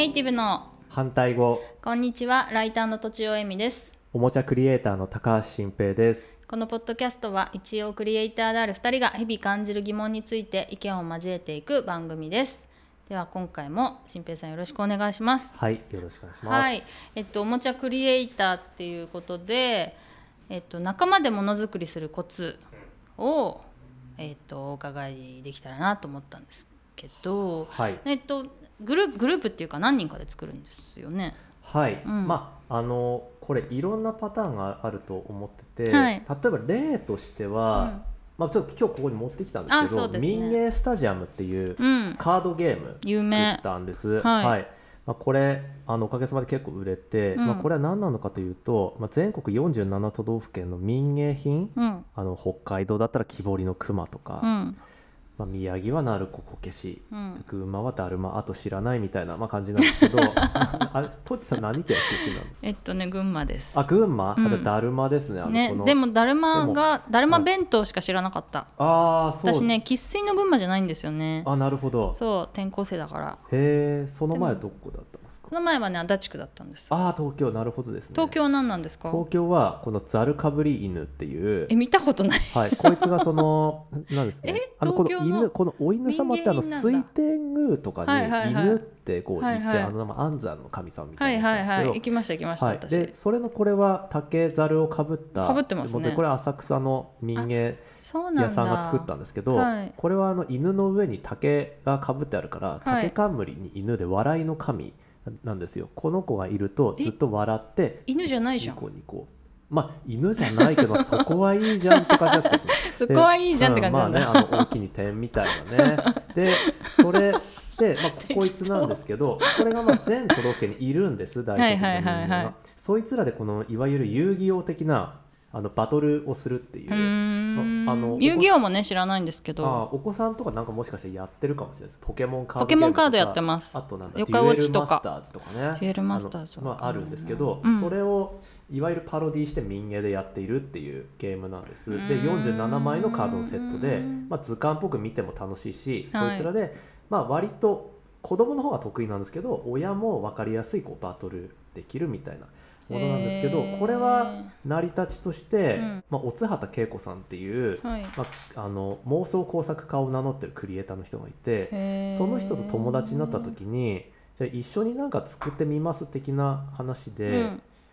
ネイティブの反対語。 こんにちは、ライターのとちおえみです。 おもちゃクリエイターの高橋新平です。 このポッドキャストは一応クリエイターである2人が日々感じる疑問について意見を交えていく番組です。では今回も新平さんよろしくお願いします。 はい、よろしくお願いします。 はい、おもちゃクリエイターっていうことで、仲間でものづくりするコツを、お伺いできたらなと思ったんですけど、 はい、 グループっていうか何人かで作るんですよね。 はい、 うん、 これいろんなパターンがあると思ってて、 はい、 例えば例としては、ちょっと今日ここに持ってきたんですけど、 そうですね、 民芸スタジアムっていうカードゲーム作ったんです。はい、これおかげさまで結構売れて、これは何なのかというと、全国47都道府県の民芸品、北海道だったら木彫りの熊とか、宮城は鳴子こけし、群馬はだるま、あと知らないみたいな、感じなんですけどあれ、トッチさん何県出身なんですか？ 群馬です。 群馬、じゃあだるまですね。 でもだるま弁当しか知らなかった。 そう私ね、生粋の群馬じゃないんですよね。 なるほど。 そう、転校生だから。 へえ、その前はどこだったんですか？ その前はね、足立区だったんです。 東京、なるほどですね。 東京は何なんですか？ 東京はこのザルかぶり犬っていう、 見たことないはい、こいつがなんですね。 東京のこのお犬様って水天宮とかに犬ってこういて、安産の神様みたいなやつなんですけど、 行きました、私。 でそれのこれは竹ざるをかぶったってますね。 これは浅草の民芸屋さんが作ったんですけど、これは犬の上に竹がかぶってあるから、竹冠に犬で笑いの神なんですよ。この子がいるとずっと笑って、 犬じゃないじゃん。 犬じゃないけどそこはいいじゃんって感じですけど、 そこはいいじゃんって感じなんだ。 大きに点みたいなね。でそれで、こいつなんですけど、これが全都道府県にいるんです。大体の人間がそいつらでこのいわゆる遊戯王的なバトルをするっていう。 遊戯王もね知らないんですけど、 お子さんとかなんかもしかしてやってるかもしれないです。ポケモンカードやってます。 あとなんだデュエルマスターズとかね、 デュエルマスターズあるんですけど、それをいわゆるパロディして民芸でやっているっていうゲームなんです。で47枚のカードのセットで、図鑑っぽく見ても楽しいし、そいつらで、割と子供の方が得意なんですけど、親も分かりやすいバトルできるみたいなものなんですけど、これは成り立ちとして、お津畑恵子さんっていう、妄想工作家を名乗ってるクリエイターの人がいて、その人と友達になった時に、じゃあ一緒になんか作ってみます的な話で、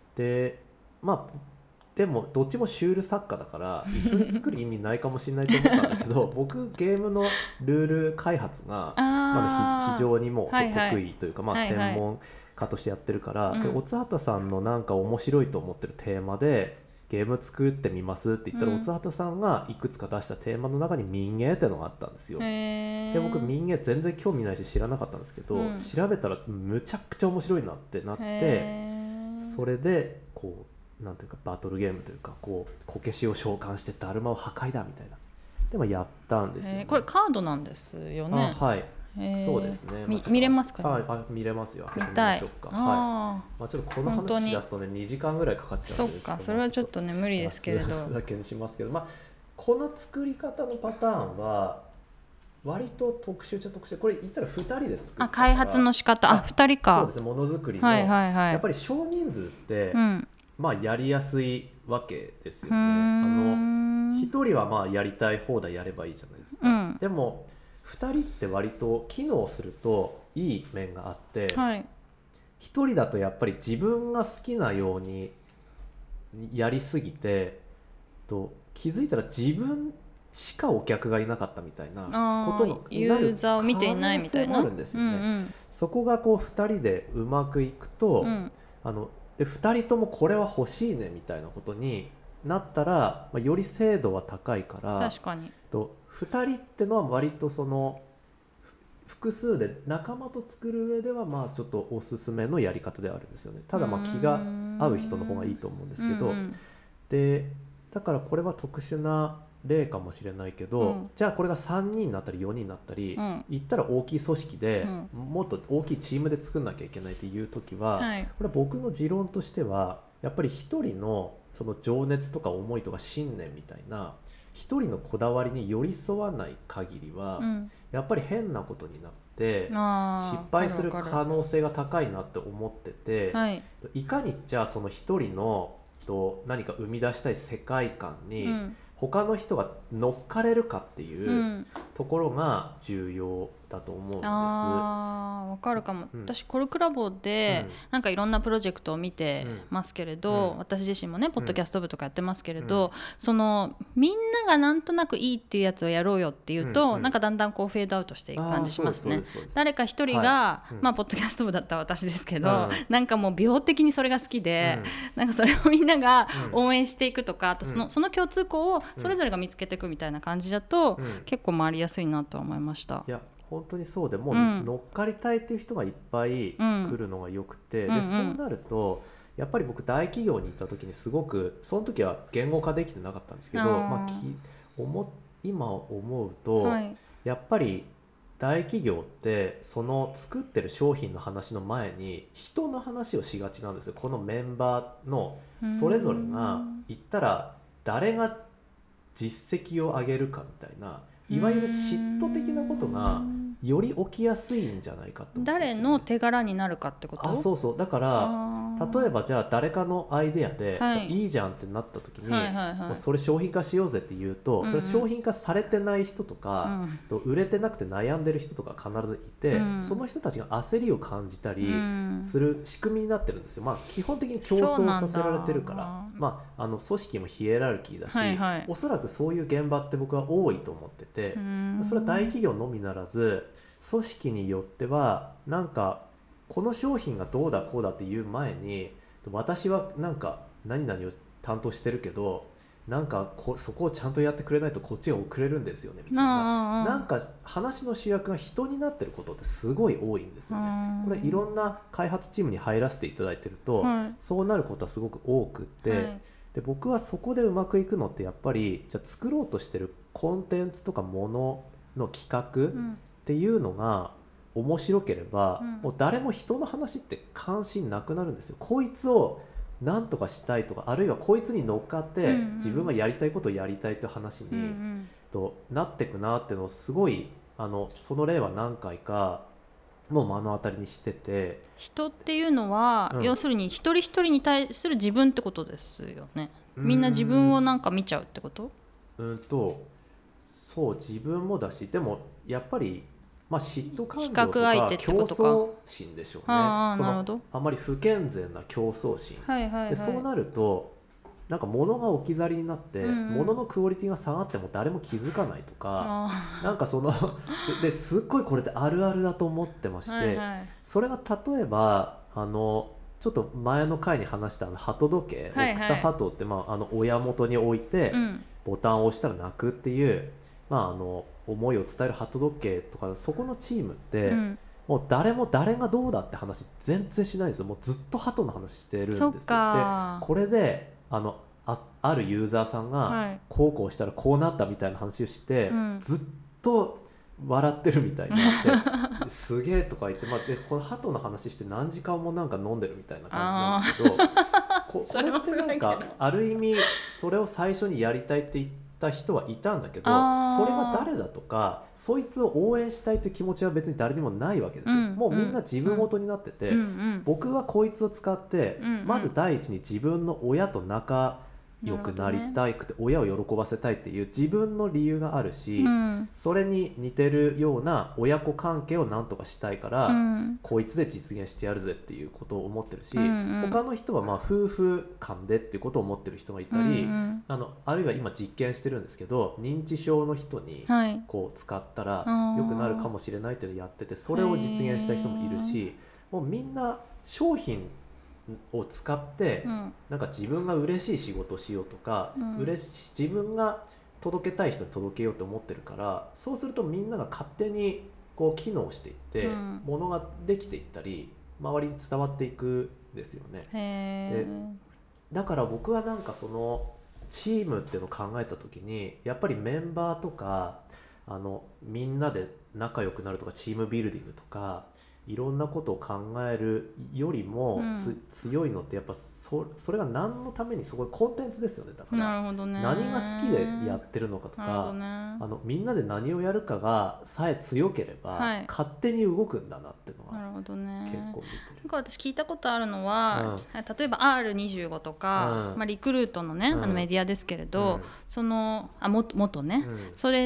でもどっちもシュール作家だから一緒に作る意味ないかもしれないと思ったんだけど僕ゲームのルール開発が非常にもう得意というか、専門家としてやってるから、お津畑さんのなんか面白いと思ってるテーマでゲーム作ってみますって言ったら、お津畑さんがいくつか出したテーマの中に民芸っていうのがあったんですよ。で僕民芸全然興味ないし知らなかったんですけど、調べたらむちゃくちゃ面白いなってなって、それでなんていうかバトルゲームというかこけしを召喚してだるまを破壊だみたいなでもやったんですよね。 これカードなんですよね。 はい、そうですね。 見れますかね？ 見れますよ。 見たい。 ちょっとこの話し出すとね2時間ぐらいかかっちゃうので、 それはちょっとね無理ですけれどだけにしますけど、この作り方のパターンは割と特殊っちゃ特殊。これ言ったら2人で作った開発の仕方2人か。 そうですね。ものづくりの、やっぱり少人数って、やりやすいわけですよね。一人はやりたい放題やればいいじゃないですか。でも2人って割と機能するといい面があって、1人だとやっぱり自分が好きなようにやりすぎて気づいたら自分しかお客がいなかったみたいなことにユーザーを見ていないみたいな可能性もあるんですよね。そこが2人でうまくいくと、で2人ともこれは欲しいねみたいなことになったら、より精度は高いから、 確かに 2人ってのは割と複数で仲間と作る上ではちょっとおすすめのやり方ではあるんですよね。ただ気が合う人の方がいいと思うんですけど、でだからこれは特殊な例かもしれないけど、じゃあこれが3人になったり4人になったり、言ったら大きい組織で、もっと大きいチームで作んなきゃいけないっていう時は、これは僕の持論としてはやっぱり一人のその情熱とか思いとか信念みたいな一人のこだわりに寄り添わない限りは、やっぱり変なことになっ失敗する可能性が高いなって思ってて、 はい、 いかにじゃあその一人の何か生み出したい世界観に他の人が乗っかれるかっていうところが重要だと思うんです。 わかるかも、私コルクラボでなんかいろんなプロジェクトを見てますけれど、私自身もねポッドキャスト部とかやってますけれど、そのみんながなんとなくいいっていうやつをやろうよっていうと、なんかだんだんこうフェードアウトしていく感じしますね。誰か一人が、まあポッドキャスト部だったら私ですけど、なんかもう病的にそれが好きで、なんかそれをみんなが応援していくとか、あとその共通項をそれぞれが見つけていくみたいな感じだと、結構回りやすいなとは思いました。 いや本当にそうで、もう乗っかりたいっていう人がいっぱい来るのがよくて、でそうなるとやっぱり僕大企業に行った時にすごくその時は言語化できてなかったんですけど、今思うと、やっぱり大企業ってその作ってる商品の話の前に人の話をしがちなんですよ。このメンバーのそれぞれが言ったら誰が実績を上げるかみたいな、いわゆる嫉妬的なことがより起きやすいんじゃないかと思うんですよね。 誰の手柄になるかってこと？ そうだから例えばじゃあ誰かのアイデアで、いいじゃんってなった時に、もうそれ商品化しようぜって言うと、それ商品化されてない人とか、売れてなくて悩んでる人とか必ずいて、その人たちが焦りを感じたりする仕組みになってるんですよ。基本的に競争させられてるから、組織もヒエラルキーだし、おそらくそういう現場って僕は多いと思ってて、それは大企業のみならず組織によってはなんかこの商品がどうだこうだっていう前に、私はなんか何々を担当してるけどなんかそこをちゃんとやってくれないとこっちが遅れるんですよねみたいな、なんか話の主役が人になってることってすごい多いんですよね。これいろんな開発チームに入らせていただいてると、そうなることはすごく多くって、で僕はそこでうまくいくのってやっぱりじゃあ作ろうとしてるコンテンツとかものの企画っていうのが面白ければ、もう誰も人の話って関心なくなるんですよ。こいつを何とかしたいとか、あるいはこいつに乗っかって自分がやりたいことをやりたいという話になってくなっていうのをすごいその例は何回かもう目の当たりにしてて、 人っていうのは、要するに一人一人に対する自分ってことですよね。みんな自分をなんか見ちゃうってこと？ そう自分もだし、でもやっぱり嫉妬感情とか競争心でしょうね。あまり不健全な競争心、でそうなるとなんか物が置き去りになって、物のクオリティが下がっても誰も気づかないとか、なんかですっごいこれってあるあるだと思ってまして、それが例えばちょっと前の回に話した鳩時計、オクタハトって親元に置いて、ボタンを押したら鳴くっていう思いを伝える鳩時計とか、そこのチームって、もう誰がどうだって話全然しないんですよ。もうずっと鳩の話してるんですよ。でこれであるユーザーさんがこうしたらこうなったみたいな話をして、ずっと笑ってるみたいになってすげえとか言って、この鳩の話して何時間もなんか飲んでるみたいな感じなんですけどこれってなんかある意味それを最初にやりたいって言った人はいたんだけど、それが誰だとかそいつを応援したいという気持ちは別に誰にもないわけですよ。もうみんな自分ごとになってて、僕はこいつを使って、まず第一に自分の親と仲良くなりたくて、親を喜ばせたいっていう自分の理由があるし、それに似てるような親子関係をなんとかしたいから、こいつで実現してやるぜっていうことを思ってるし、他の人は夫婦間でっていうことを思ってる人がいたり、あるいは今実験してるんですけど、認知症の人にこう使ったら良くなるかもしれないっていうのをやってて、それを実現した人もいるし、もうみんな商品を使って、なんか自分が嬉しい仕事をしようとか、自分が届けたい人に届けようと思ってるから、そうするとみんなが勝手にこう機能していって、ものができていったり周りに伝わっていくんですよね。でだから僕はなんかそのチームっていうのを考えた時に、やっぱりメンバーとかみんなで仲良くなるとかチームビルディングとか、 いろんなことを考えるよりも、強いのってやっぱそれが何のために、そこコンテンツですよね。だからなるほど、ね、 何が好きでやってるのかとか、ね、みんなで何をやるかがさえ強ければ、はい、勝手に動くんだなっていうのが結構見てる。なんか私聞いたことあるのは、例えば R25 とか、リクルートのね、メディアですけれど、その元ね、それって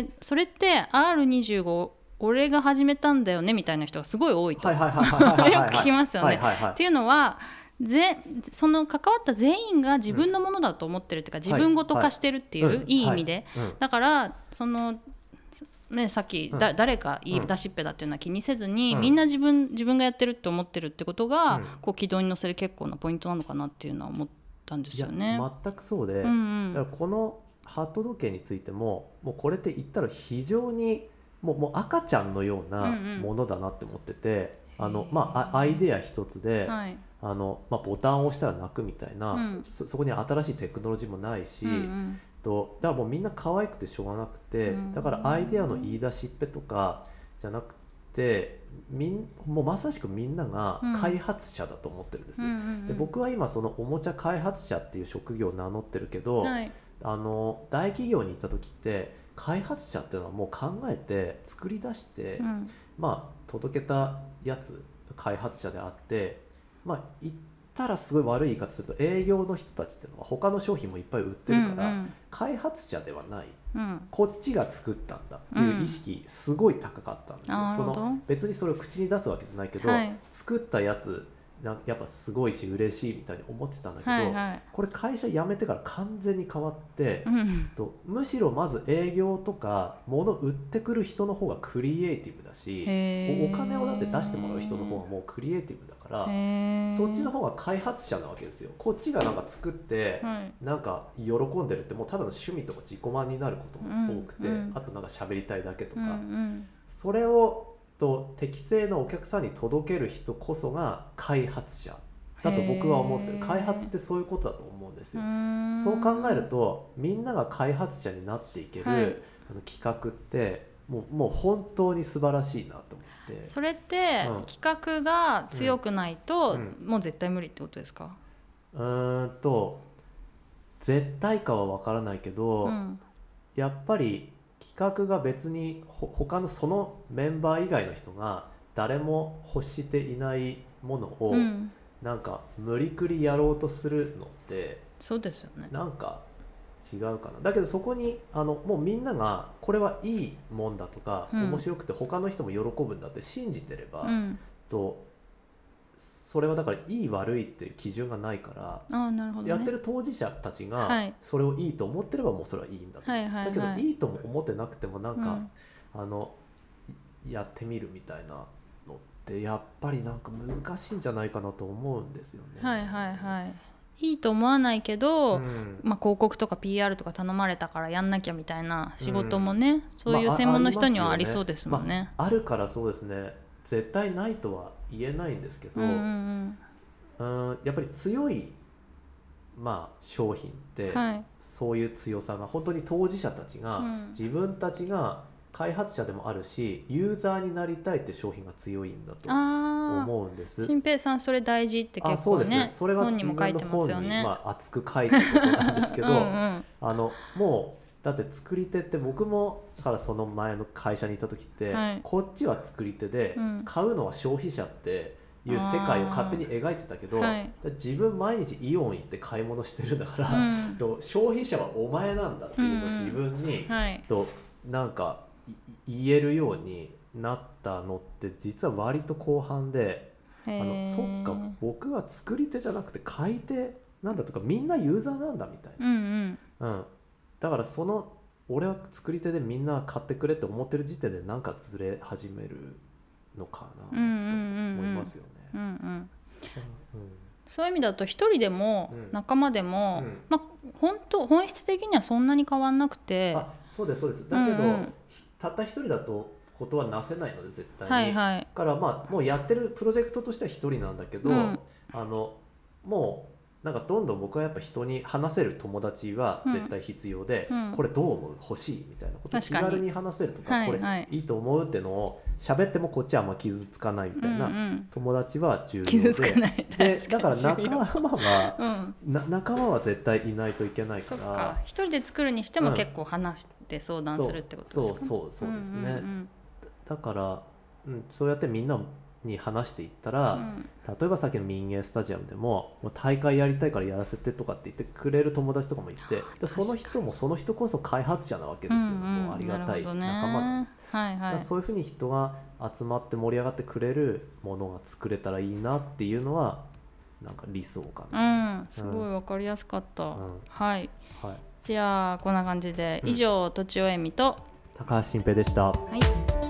R25俺が始めたんだよねみたいな人がすごい多いとよく聞きますよね。っていうのはその関わった全員が自分のものだと思ってるっていうか、自分ごと化してるっていう、いい意味で、だからそのね、さっき誰か言い出しっぺだっていうのは気にせずに、みんな自分がやってるって思ってるってことが、こう軌道に乗せる結構なポイントなのかなっていうのは思ったんですよね。 いや全くそうで、だからこのハート時計についても、もうこれって言ったら非常にもう赤ちゃんのようなものだなって思ってて、アイデア一つで、ボタンを押したら鳴くみたいな、そこに新しいテクノロジーもないし、だからもうみんな可愛くてしょうがなくて、だからアイデアの言い出しっぺとかじゃなくて、もうまさしくみんなが開発者だと思ってるんです。で僕は今そのおもちゃ開発者っていう職業を名乗ってるけど、大企業に行った時って開発者っていうのはもう考えて作り出して、届けたやつ開発者であって、言ったらすごい悪い言い方すると、営業の人たちっていうのは他の商品もいっぱい売ってるから、開発者ではない、こっちが作ったんだっていう意識すごい高かったんですよ。その別にそれを口に出すわけじゃないけど、作ったやつやっぱすごいし嬉しいみたいに思ってたんだけど、これ会社辞めてから完全に変わって、むしろまず営業とか物売ってくる人の方がクリエイティブだし、お金をだって出してもらう人の方がもうクリエイティブだから、そっちの方が開発者なわけですよ。こっちがなんか作って、なんか喜んでるってもうただの趣味とか自己満になることも多くて、あとなんか喋りたいだけとか、それを適正なお客さんに届ける人こそが開発者だと僕は思ってる。開発ってそういうことだと思うんですよ。そう考えるとみんなが開発者になっていける、企画ってもう本当に素晴らしいなと思って。 それって、企画が強くないと、もう絶対無理ってことですか？ 絶対かは分からないけど、やっぱり企画が別に他のそのメンバー以外の人が誰も欲していないものを、なんか無理くりやろうとするのって、 そうですよね、 なんか違うかな。だけどそこにもうみんながこれはいいもんだとか、面白くて他の人も喜ぶんだって信じてれば、それはだからいい悪いっていう基準がないから、 なるほどね、 やってる当事者たちがそれをいいと思ってればもうそれはいいんだと思うんです。だけどいいとも思ってなくてもなんか、やってみるみたいなのってやっぱりなんか難しいんじゃないかなと思うんですよね。 いいと思わないけど、広告とか PR とか頼まれたからやんなきゃみたいな仕事もね、そういう専門の人にはありそうですもんね。 あるからそうですね、絶対ないとは言えないんですけど、やっぱり強い、商品って、そういう強さが本当に当事者たちが、自分たちが開発者でもあるしユーザーになりたいって商品が強いんだと思うんです。 新平さんそれ大事って結構ね、 それが本にも書いてますよね。 熱く書いたことなんですけどもうだって作り手って僕もだからその前の会社にいた時って、こっちは作り手で、買うのは消費者っていう世界を勝手に描いてたけど、自分毎日イオン行って買い物してるんだから、消費者はお前なんだっていうのを自分に、なんか言えるようになったのって実は割と後半で、そっか僕は作り手じゃなくて買い手なんだとか、みんなユーザーなんだみたいな、だから俺は作り手でみんな買ってくれって思ってる時点でなんかずれ始めるのかなと思いますよね。 そういう意味だと一人でも仲間でも、本質的にはそんなに変わんなくて、 そうですだけど、たった一人だとことはなせないので絶対に、だからもうやってるプロジェクトとしては一人なんだけど、もなんかどんどん僕はやっぱ人に話せる友達は絶対必要で、これどう思う欲しいみたいなことを気軽に話せるとか、これいいと思うってのを喋ってもこっちはあんま傷つかないみたいな友達は重要で、 傷つかない、 でだから仲間は絶対いないといけないから。 そっか、一人で作るにしても結構話して相談するってことですかね。 そうですね、だから、そうやってみんなに話していったら、例えばさっきの民営スタジアムでもう大会やりたいからやらせてとかって言ってくれる友達とかもいて、でその人もその人こそ開発者なわけですよ、もうありがたい仲間なんです、だそういうふうに人が集まって盛り上がってくれるものが作れたらいいなっていうのはなんか理想かな。 すごい分かりやすかった、はい、じゃあこんな感じで、以上とちおえみと高橋新平でした。 はい。